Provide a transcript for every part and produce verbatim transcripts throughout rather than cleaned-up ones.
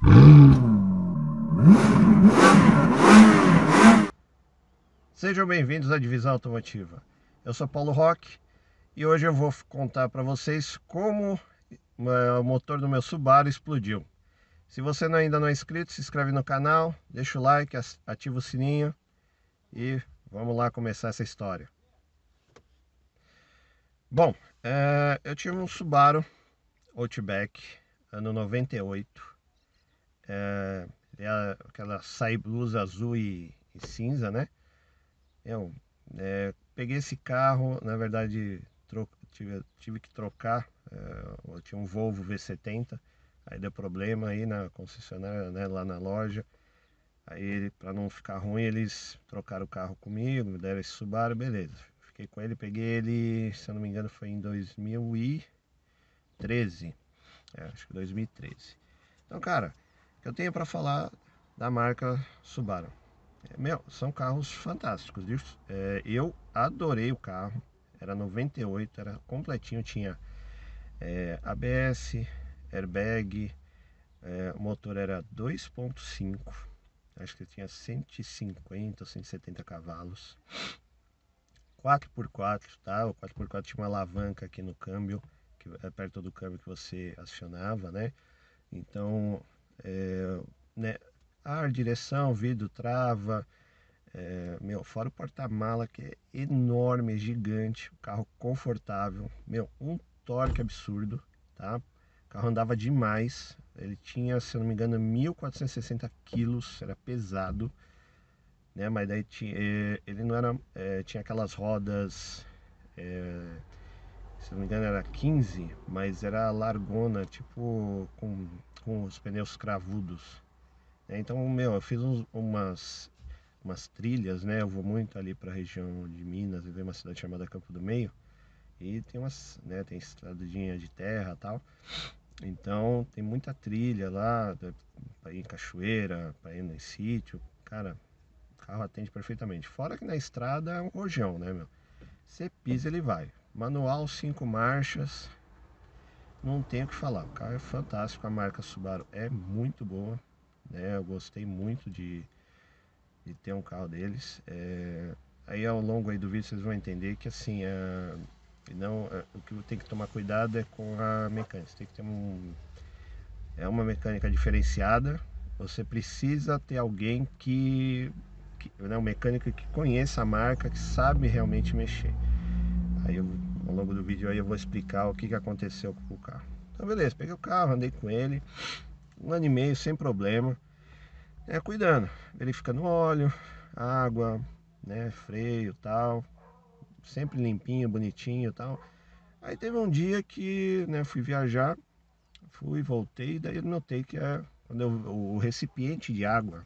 Sejam bem-vindos à Divisão Automotiva. Eu sou Paulo Roque e hoje eu vou contar para vocês como o motor do meu Subaru explodiu. Se você ainda não é inscrito, se inscreve no canal, deixa o like, ativa o sininho e vamos lá começar essa história. Bom, é, eu tive um Subaru Outback ano noventa e oito, é, é aquela Sai Blues azul e, e cinza, né? Eu é, peguei esse carro, na verdade tive, tive que trocar, é, eu tinha um Volvo V setenta, aí deu problema aí na concessionária, né, lá na loja. Aí, para não ficar ruim, eles trocaram o carro comigo, me deram esse Subaru, beleza. Fiquei com ele, peguei ele, se eu não me engano, foi em dois mil e treze. É, acho que dois mil e treze. Então, cara, o que eu tenho para falar da marca Subaru? É, meu, são carros fantásticos, viu? É, eu adorei o carro, era noventa e oito, era completinho, tinha é, A B S, airbag, é, o motor era dois ponto cinco. Acho que tinha cento e cinquenta ou cento e setenta cavalos. quatro por quatro, tá? O quatro por quatro tinha uma alavanca aqui no câmbio, que é perto do câmbio que você acionava, né? Então, é, né, ar, direção, vidro, trava, é, meu, fora o porta-mala que é enorme, gigante, carro confortável, meu, um torque absurdo, tá? O carro andava demais, ele tinha, se eu não me engano, mil quatrocentos e sessenta quilos, era pesado, né? Mas daí tinha, ele não era, é, tinha aquelas rodas, é, se não me engano era quinze, mas era largona, tipo com, com os pneus cravudos, né? Então, meu, eu fiz uns, umas, umas trilhas, né? Eu vou muito ali para a região de Minas, eu venho uma cidade chamada Campo do Meio, e tem umas, né, tem estradinha de terra e tal. Então tem muita trilha lá, para ir em cachoeira, para ir no sítio, cara, o carro atende perfeitamente. Fora que na estrada é um rojão, né, meu? Você pisa, ele vai. Manual, cinco marchas, não tem o que falar. O carro é fantástico, a marca Subaru é muito boa, né? Eu gostei muito de, de ter um carro deles. É... Aí ao longo aí do vídeo vocês vão entender que assim, é... não, é... o que tem que tomar cuidado é com a mecânica. Você tem que ter um... é uma mecânica diferenciada. Você precisa ter alguém que, que né, um mecânico que conheça a marca, que sabe realmente mexer. Aí eu, ao longo do vídeo aí eu vou explicar o que, que aconteceu com o carro. Então beleza, peguei o carro, andei com ele um ano e meio sem problema, é, cuidando, verificando óleo, água, né, freio, tal, sempre limpinho, bonitinho, tal. Aí teve um dia que, né, fui viajar, fui, voltei, daí eu notei que é quando eu, o recipiente de água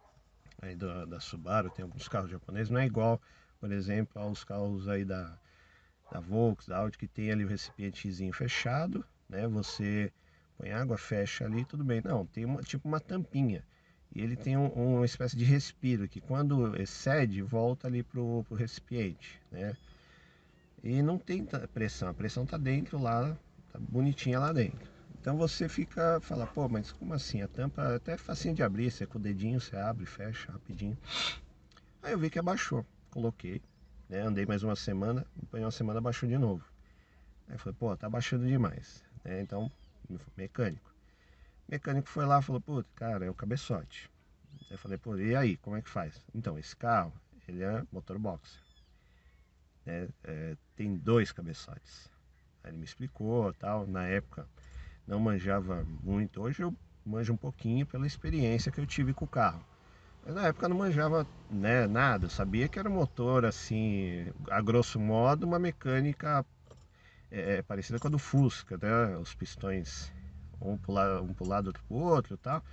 aí da, da Subaru, tem alguns carros japoneses, não é igual, por exemplo, aos carros aí da da Volks, da Audi, que tem ali o recipientezinho fechado, né? Você põe água, fecha ali, tudo bem. Não, tem uma, tipo uma tampinha. E ele tem um, uma espécie de respiro que quando excede, volta ali pro, pro recipiente, né? E não tem pressão, a pressão tá dentro lá, tá bonitinha lá dentro. Então você fica, fala, pô, mas como assim? A tampa é até facinho de abrir, você com o dedinho você abre, fecha rapidinho. Aí eu vi que abaixou, coloquei, né? Andei mais uma semana, depois de uma semana abaixou de novo. Aí eu falei, pô, tá baixando demais, né? Então, mecânico. O mecânico foi lá e falou, pô, cara, é o cabeçote. Aí eu falei, pô, e aí, como é que faz? Então, esse carro, ele é motor boxer, né? É, tem dois cabeçotes. Aí ele me explicou, tal, na época não manjava muito. Hoje eu manjo um pouquinho pela experiência que eu tive com o carro. Mas na época não manjava, né, nada. Eu sabia que era um motor, assim, a grosso modo, uma mecânica é, é parecida com a do Fusca, né? Os pistões um pro lado, um pro lado, outro pro outro e tal.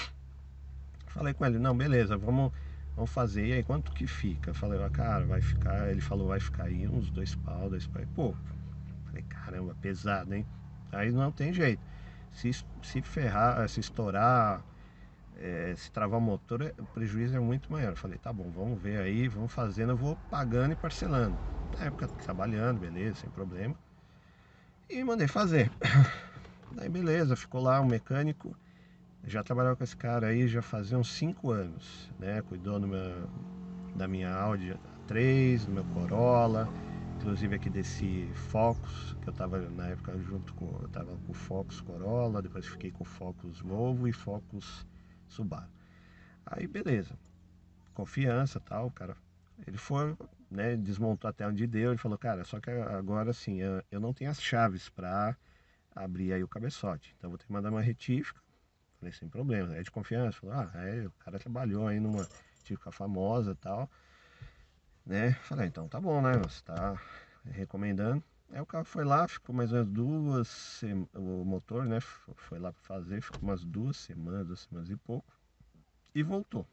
Falei com ele, não, beleza, vamos, vamos fazer. E aí, quanto que fica? Eu falei, ah, cara, vai ficar. Ele falou, vai ficar aí uns dois pau, dois pau e pouco. Falei, caramba, pesado, hein? Aí não tem jeito. Se, se ferrar, se estourar, é, se travar o motor, o prejuízo é muito maior. Eu falei, tá bom, vamos ver aí, vamos fazendo, eu vou pagando e parcelando. Na época trabalhando, beleza, sem problema. E mandei fazer. Daí beleza, ficou lá um mecânico, já trabalhava com esse cara aí já fazia uns cinco anos, né? Cuidou no meu, da minha Audi A três, do meu Corolla, inclusive aqui desse Focus, que eu tava na época junto com, eu tava com o Focus Corolla, depois fiquei com o Focus Volvo e Focus Subaru. Aí beleza, confiança tal, cara. Ele foi, né, desmontou até onde deu, ele falou, cara, só que agora assim, eu, eu não tenho as chaves pra abrir aí o cabeçote, então vou ter que mandar uma retífica. Falei, sem problema, é de confiança. Falou, ah, é, o cara trabalhou aí numa retífica famosa e tal, né? Falei, então tá bom, né? Você tá recomendando. Aí o carro foi lá, ficou mais umas duas semanas, o motor, né? Foi lá pra fazer, ficou umas duas semanas, duas semanas e pouco. E voltou.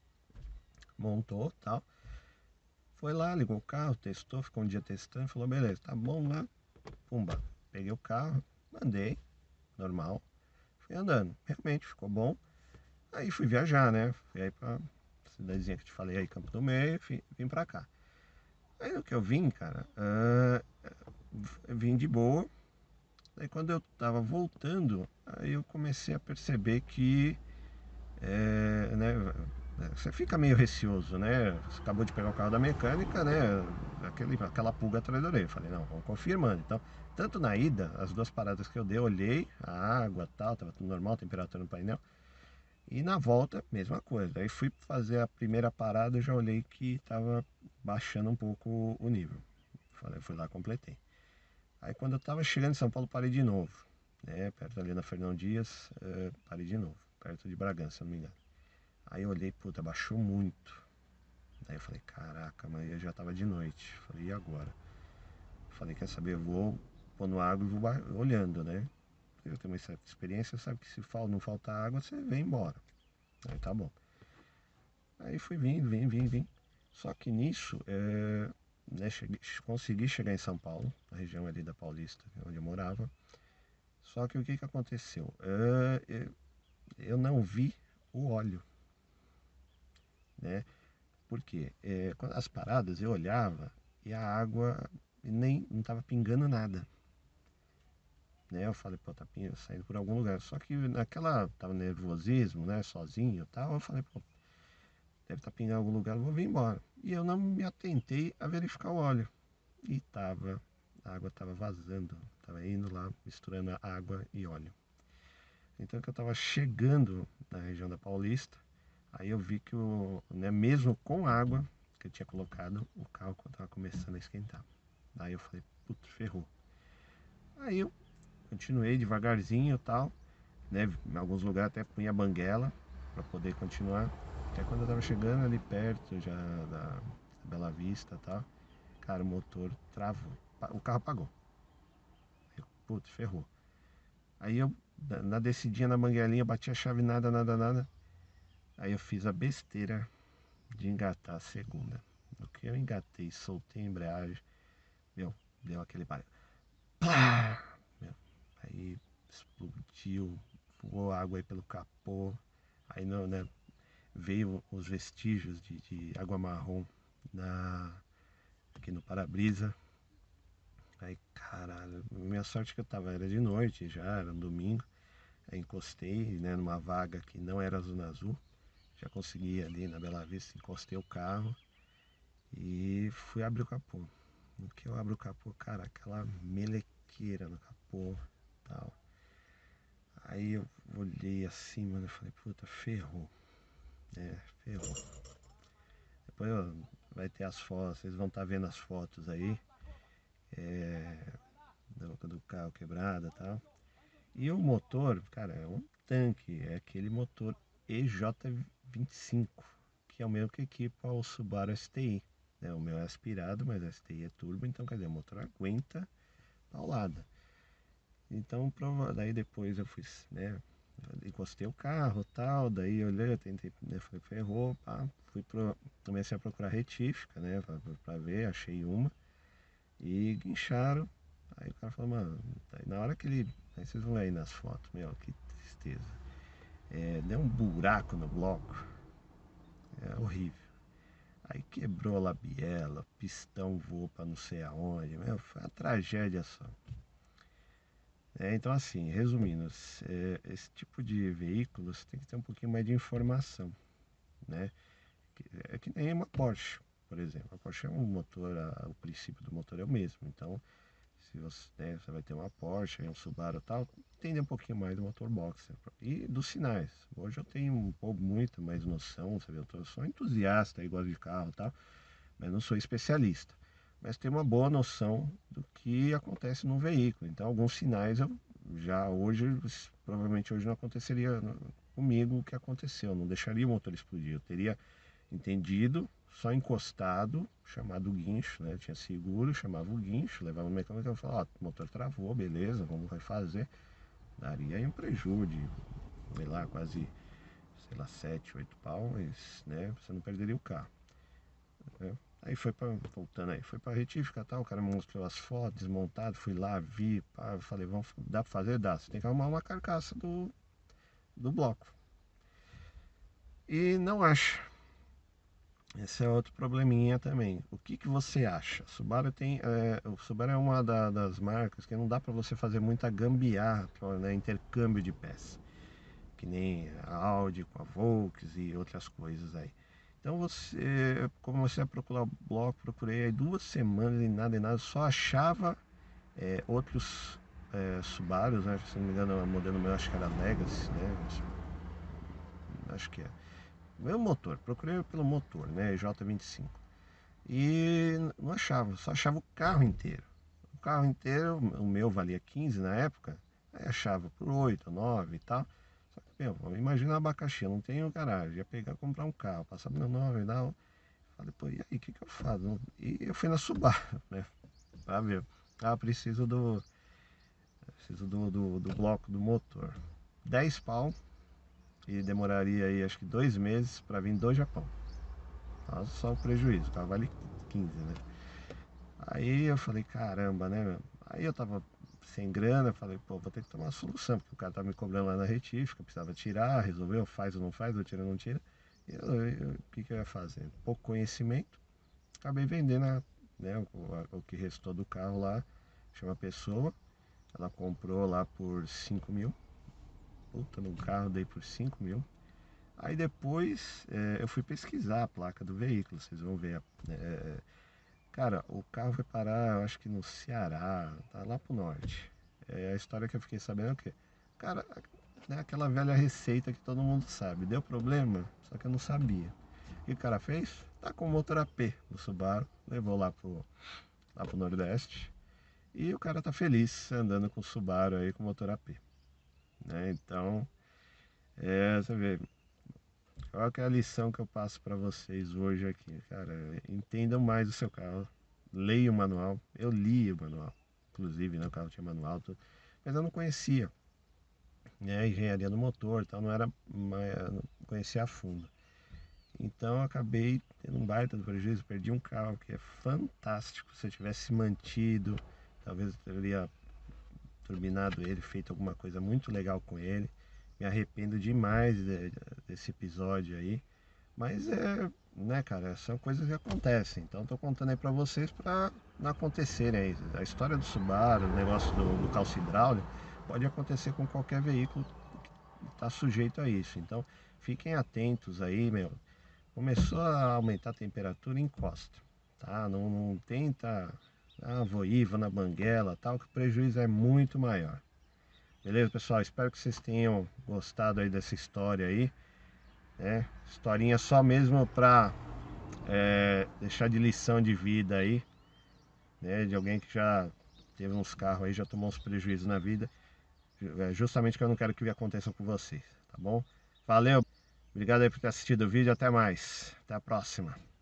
Montou tal. Foi lá, ligou o carro, testou, ficou um dia testando, falou, beleza, tá bom lá. Pumba, peguei o carro, andei, normal. Fui andando, realmente ficou bom. Aí fui viajar, né? Fui aí pra cidadezinha que eu te falei aí, Campo do Meio, vim, vim pra cá. Aí no que eu vim, cara, ah, eu vim de boa. Aí quando eu tava voltando, aí eu comecei a perceber que, é, né, você fica meio receoso, né? Você acabou de pegar o carro da mecânica, né? Aquele, aquela pulga atrás da orelha. Eu falei, não, vamos confirmando. Então, tanto na ida, as duas paradas que eu dei, eu olhei, a água tal, tava tudo normal, temperatura no painel. E na volta, mesma coisa. Aí fui fazer a primeira parada, eu já olhei que tava baixando um pouco o nível. Falei, fui lá, completei. Aí quando eu tava chegando em São Paulo, parei de novo, né? Perto ali na Fernão Dias, eh, parei de novo, perto de Bragança, se eu não me engano. Aí eu olhei, puta, baixou muito. Aí eu falei, caraca, mas eu já tava de noite. Falei, e agora? Falei, quer saber, eu vou pôr no água e vou ba- olhando, né? Eu tenho uma certa experiência, sabe que se fal- não faltar água, você vem embora. Aí tá bom. Aí fui vindo, vim, vim, vim. Só que nisso, é, né, cheguei- consegui chegar em São Paulo, na região ali da Paulista, onde eu morava. Só que o que que aconteceu? É, eu, eu não vi o óleo, né? Porque é, quando as paradas eu olhava e a água nem não tava pingando nada, né? Eu falei, pô, tá pin- saindo por algum lugar. Só que naquela, tava nervosismo, né? Sozinho e tal, eu falei, pô, deve estar pingando em algum lugar, eu vou vir embora. E eu não me atentei a verificar o óleo. E tava, a água tava vazando, tava indo lá, misturando água e óleo. Então que eu tava chegando na região da Paulista, aí eu vi que o, né, mesmo com água que eu tinha colocado, o carro tava começando a esquentar. Aí eu falei, putz, ferrou. Aí eu continuei devagarzinho e tal, né? Em alguns lugares até punha banguela para poder continuar. Até quando eu tava chegando ali perto já da Bela Vista e tal, cara, o motor travou. O carro apagou. Eu, putz, ferrou. Aí eu, na descidinha na banguelinha, bati a chave, nada, nada, nada. Aí eu fiz a besteira de engatar a segunda. No que eu engatei, soltei a embreagem, meu, deu aquele barulho. Plá! Meu, aí explodiu, voou água aí pelo capô. Aí não, né, veio os vestígios de, de água marrom na, aqui no para-brisa. Aí, caralho, minha sorte é que eu tava, era de noite já, era um domingo. Aí encostei, né, numa vaga que não era Zona Azul. Já consegui ali na Bela Vista, encostei o carro e fui abrir o capô. No que eu abro o capô, cara, aquela melequeira no capô, tal. Aí eu olhei assim, mano, eu falei, puta, ferrou. É, ferrou. Depois ó, vai ter as fotos, vocês vão estar vendo as fotos aí, é, do, do carro quebrado e tal. E o motor, cara, é um tanque, é aquele motor E J vinte e cinco, que é o mesmo que equipa o Subaru S T I. Né? O meu é aspirado, mas o S T I é turbo, então quer dizer, o motor aguenta paulada. Então, prova... daí depois eu fui, né, encostei o carro e tal, daí eu olhei, eu tentei, né, falei, ferrou, pá, fui pro... comecei a procurar retífica, né, pra, pra ver, achei uma, e guincharam. Aí o cara falou, mano, aí na hora que ele, aí vocês vão ver aí nas fotos, meu, que tristeza. É, deu um buraco no bloco, é horrível. Aí quebrou a labiela, pistão voou pra não sei aonde, meu, foi uma tragédia só. É, então assim, resumindo, s- é, esse tipo de veículo você tem que ter um pouquinho mais de informação, né? Que- É que nem uma Porsche, por exemplo. A Porsche é um motor, a- o princípio do motor é o mesmo. Então, se você, né, você vai ter uma Porsche, um Subaru e tal, entender um pouquinho mais do motor boxer. E dos sinais. Hoje eu tenho um pouco, muito mais noção, sabe? Eu tô, sou entusiasta e gosto de carro e tal, mas não sou especialista. Mas tenho uma boa noção do que acontece no veículo. Então, alguns sinais eu já hoje, provavelmente hoje não aconteceria comigo o que aconteceu. Eu não deixaria o motor explodir. Eu teria entendido, só encostado, chamado guincho, né? Tinha seguro, chamava o guincho, levava no mecânico e falava, ó, o motor travou, beleza, como vai fazer? Daria aí um prejuízo de, sei lá, quase, sei lá, sete, oito pau, mas, né, você não perderia o carro, né? Aí foi para voltando aí, foi para retífica, tal, o cara me mostrou as fotos, desmontado, fui lá, vi, pá, falei, vamos, dá para fazer? Dá, você tem que arrumar uma carcaça do, do bloco. E não acha. Esse é outro probleminha também. O que que você acha? Subaru tem, é, o Subaru é uma da- das marcas que não dá para você fazer muita gambiarra, né, intercâmbio de peças, que nem a Audi com a Volks e outras coisas aí. Então você, comecei a procurar o bloco, procurei aí duas semanas e nada e nada, só achava é, outros é, Subarus, né? Se não me engano, o modelo meu acho que era Legacy, né? Acho que é. Meu motor, procurei pelo motor, né? J vinte e cinco. E não achava, só achava o carro inteiro. O carro inteiro, o meu valia quinze na época, aí achava por oito, nove e tal. Só que, meu, imagina abacaxi, eu não tenho garagem, ia pegar, comprar um carro, passar meu nome e tal. Falei, pô, e aí, o que que eu faço? E eu fui na Subaru, né? Pra ver. Ah, preciso do. Preciso do, do, do bloco do motor. Dez pau e demoraria aí acho que dois meses para vir do Japão. Olha só o prejuízo, o carro vale quinze, né? Aí eu falei, caramba, né, meu? Aí eu tava sem grana, falei, pô, vou ter que tomar uma solução, porque o cara tá me cobrando lá na retífica, precisava tirar, resolveu, faz ou não faz, ou tira ou não tira. E eu, eu- o que que eu ia fazer? Pouco conhecimento, acabei vendendo a- né, o, a- o que restou do carro lá, chama uma pessoa, ela comprou lá por cinco mil, puta, no carro dei por cinco mil. Aí depois é, eu fui pesquisar a placa do veículo, vocês vão ver, né? Cara, o carro foi parar, eu acho que no Ceará, tá lá pro norte. É a história que eu fiquei sabendo é o quê? Cara, né, aquela velha receita que todo mundo sabe. Deu problema, só que eu não sabia. O que o cara fez? Tá com o motor A P do Subaru, levou lá pro, lá pro Nordeste. E o cara tá feliz andando com o Subaru aí com o motor A P, né? Então, é, você vê, qual que é a lição que eu passo para vocês hoje aqui? Cara, entendam mais o seu carro, leia o manual. Eu li o manual, inclusive, né, o carro tinha manual, tudo, mas eu não conhecia, né, engenharia do motor, então não era, uma- não conhecia a fundo. Então eu acabei tendo um baita do prejuízo, perdi um carro que é fantástico. Se eu tivesse mantido, talvez eu teria turbinado ele, feito alguma coisa muito legal com ele. Me arrependo demais de- desse episódio aí. Mas é, né, cara, são coisas que acontecem. Então tô contando aí pra vocês pra não acontecerem aí. A história do Subaru, o negócio do, do calço hidráulico, pode acontecer com qualquer veículo que tá sujeito a isso. Então fiquem atentos aí, meu. Começou a aumentar a temperatura, encosta, tá? Não, não tenta, ah, vou ir, vou na banguela, tal, que o prejuízo é muito maior. Beleza, pessoal? Espero que vocês tenham gostado aí dessa história aí, né? Historinha só mesmo pra é, deixar de lição de vida aí, né? De alguém que já teve uns carros aí, já tomou uns prejuízos na vida. É, justamente que eu não quero que aconteça com vocês, tá bom? Valeu, obrigado aí por ter assistido o vídeo, até mais, até a próxima.